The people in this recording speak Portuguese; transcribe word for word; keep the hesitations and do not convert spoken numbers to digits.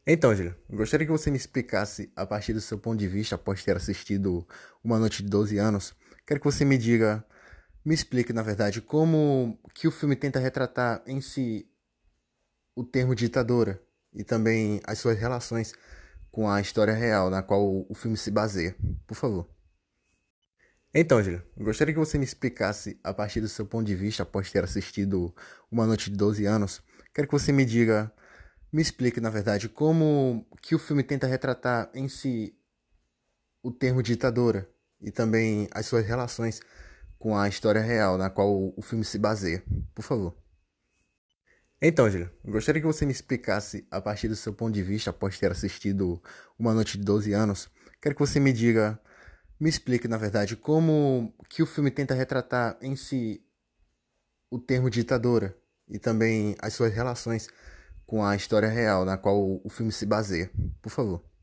Então, Júlio, gostaria que você me explicasse, a partir do seu ponto de vista, após ter assistido Uma Noite de doze Anos, quero que você me diga, me explique, na verdade, como que o filme tenta retratar em si o termo ditadura e também as suas relações com a história real na qual o filme se baseia. Por favor. Então, Júlio, gostaria que você me explicasse, a partir do seu ponto de vista, após ter assistido Uma Noite de doze Anos, quero que você me diga, me explique, na verdade, como que o filme tenta retratar em si o termo ditadura e também as suas relações com a história real na qual o filme se baseia. Por favor. Então, Júlio, gostaria que você me explicasse, a partir do seu ponto de vista, após ter assistido Uma Noite de doze Anos, quero que você me diga, me explique, na verdade, como que o filme tenta retratar em si o termo ditadura e também as suas relações com a história real na qual o filme se baseia. Por favor.